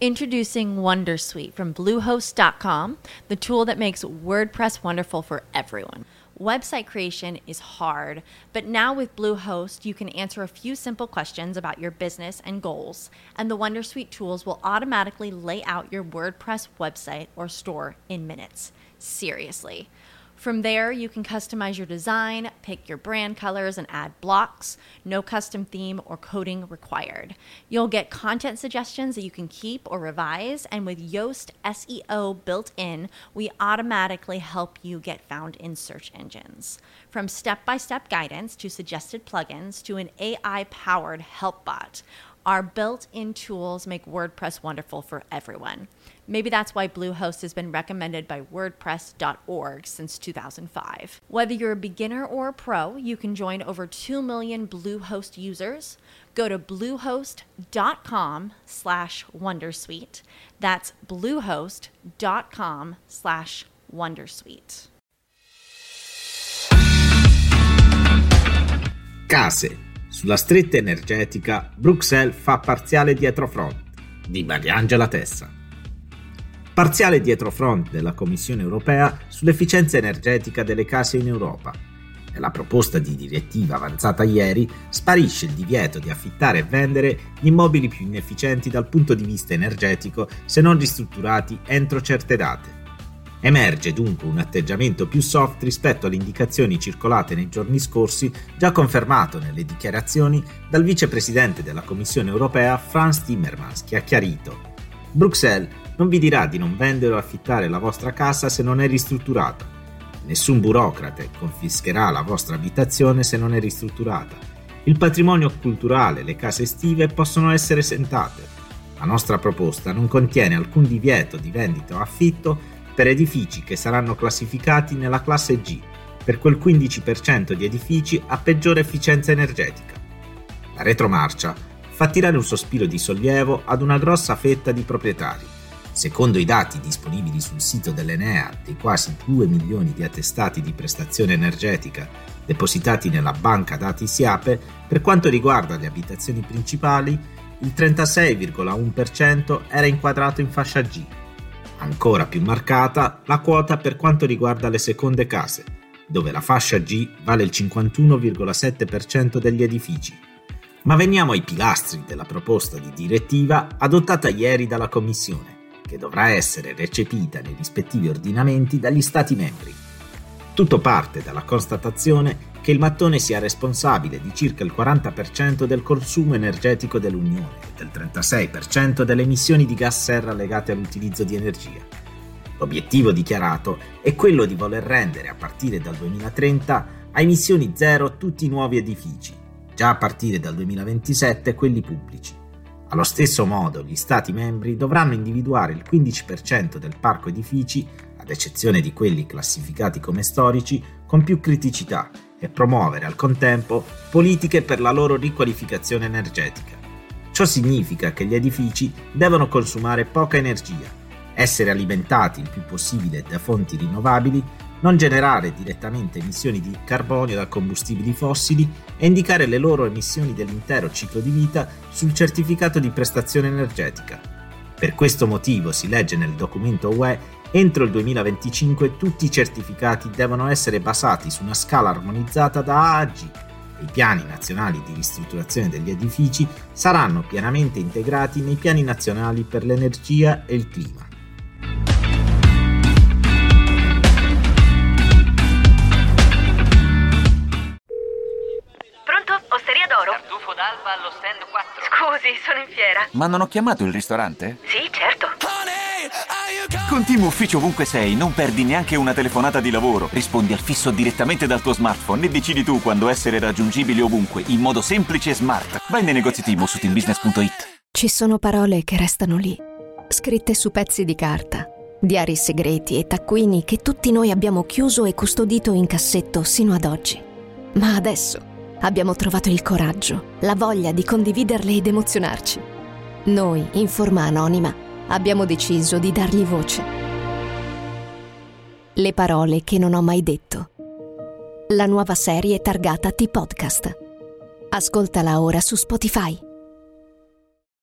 Introducing Wondersuite from Bluehost.com, the tool that makes WordPress wonderful for everyone. Website creation is hard, but now with Bluehost, you can answer a few simple questions about your business and goals, and the Wondersuite tools will automatically lay out your WordPress website or store in minutes. Seriously. From there, you can customize your design, pick your brand colors, and add blocks. No custom theme or coding required. You'll get content suggestions that you can keep or revise, and with Yoast SEO built in, we automatically help you get found in search engines. From step-by-step guidance to suggested plugins to an AI-powered help bot, our built-in tools make WordPress wonderful for everyone. Maybe that's why Bluehost has been recommended by WordPress.org since 2005. Whether you're a beginner or a pro, you can join over 2 million Bluehost users. Go to bluehost.com/wondersuite. That's bluehost.com/wondersuite. Case. Sulla stretta energetica, Bruxelles fa parziale dietrofront di Mariangela Tessa. Parziale dietrofront della Commissione europea sull'efficienza energetica delle case in Europa. Nella proposta di direttiva avanzata ieri sparisce il divieto di affittare e vendere gli immobili più inefficienti dal punto di vista energetico se non ristrutturati entro certe date. Emerge dunque un atteggiamento più soft rispetto alle indicazioni circolate nei giorni scorsi, già confermato nelle dichiarazioni dal vicepresidente della Commissione europea Frans Timmermans, che ha chiarito: Bruxelles non vi dirà di non vendere o affittare la vostra casa se non è ristrutturata. Nessun burocrate confischerà la vostra abitazione se non è ristrutturata. Il patrimonio culturale e le case estive possono essere esentate. La nostra proposta non contiene alcun divieto di vendita o affitto per edifici che saranno classificati nella classe G, per quel 15% di edifici a peggiore efficienza energetica. La retromarcia fa tirare un sospiro di sollievo ad una grossa fetta di proprietari. Secondo i dati disponibili sul sito dell'Enea dei quasi 2 milioni di attestati di prestazione energetica depositati nella banca dati SIAPE, per quanto riguarda le abitazioni principali, il 36,1% era inquadrato in fascia G. Ancora più marcata la quota per quanto riguarda le seconde case, dove la fascia G vale il 51,7% degli edifici. Ma veniamo ai pilastri della proposta di direttiva adottata ieri dalla Commissione, che dovrà essere recepita nei rispettivi ordinamenti dagli Stati membri. Tutto parte dalla constatazione che il mattone sia responsabile di circa il 40% del consumo energetico dell'Unione e del 36% delle emissioni di gas serra legate all'utilizzo di energia. L'obiettivo dichiarato è quello di voler rendere a partire dal 2030 a emissioni zero tutti i nuovi edifici, già a partire dal 2027 quelli pubblici. Allo stesso modo gli Stati membri dovranno individuare il 15% del parco edifici, ad eccezione di quelli classificati come storici, con più criticità, e promuovere al contempo politiche per la loro riqualificazione energetica. Ciò significa che gli edifici devono consumare poca energia, essere alimentati il più possibile da fonti rinnovabili, non generare direttamente emissioni di carbonio da combustibili fossili e indicare le loro emissioni dell'intero ciclo di vita sul certificato di prestazione energetica. Per questo motivo, si legge nel documento UE, entro il 2025 tutti i certificati devono essere basati su una scala armonizzata da A a G e i piani nazionali di ristrutturazione degli edifici saranno pienamente integrati nei piani nazionali per l'energia e il clima. Pronto? Osteria d'oro? Tartufo d'alba allo stand 4. Scusi, sono in fiera. Ma non ho chiamato il ristorante? Sì, certo. Con Team Ufficio ovunque sei, non perdi neanche una telefonata di lavoro. Rispondi al fisso direttamente dal tuo smartphone e decidi tu quando essere raggiungibile ovunque, in modo semplice e smart. Vai nei negozi Team o su teambusiness.it. Ci sono parole che restano lì, scritte su pezzi di carta, diari segreti e taccuini che tutti noi abbiamo chiuso e custodito in cassetto sino ad oggi. Ma adesso abbiamo trovato il coraggio, la voglia di condividerle ed emozionarci. Noi, in forma anonima, abbiamo deciso di dargli voce. Le parole che non ho mai detto. La nuova serie targata T-Podcast. Ascoltala ora su Spotify.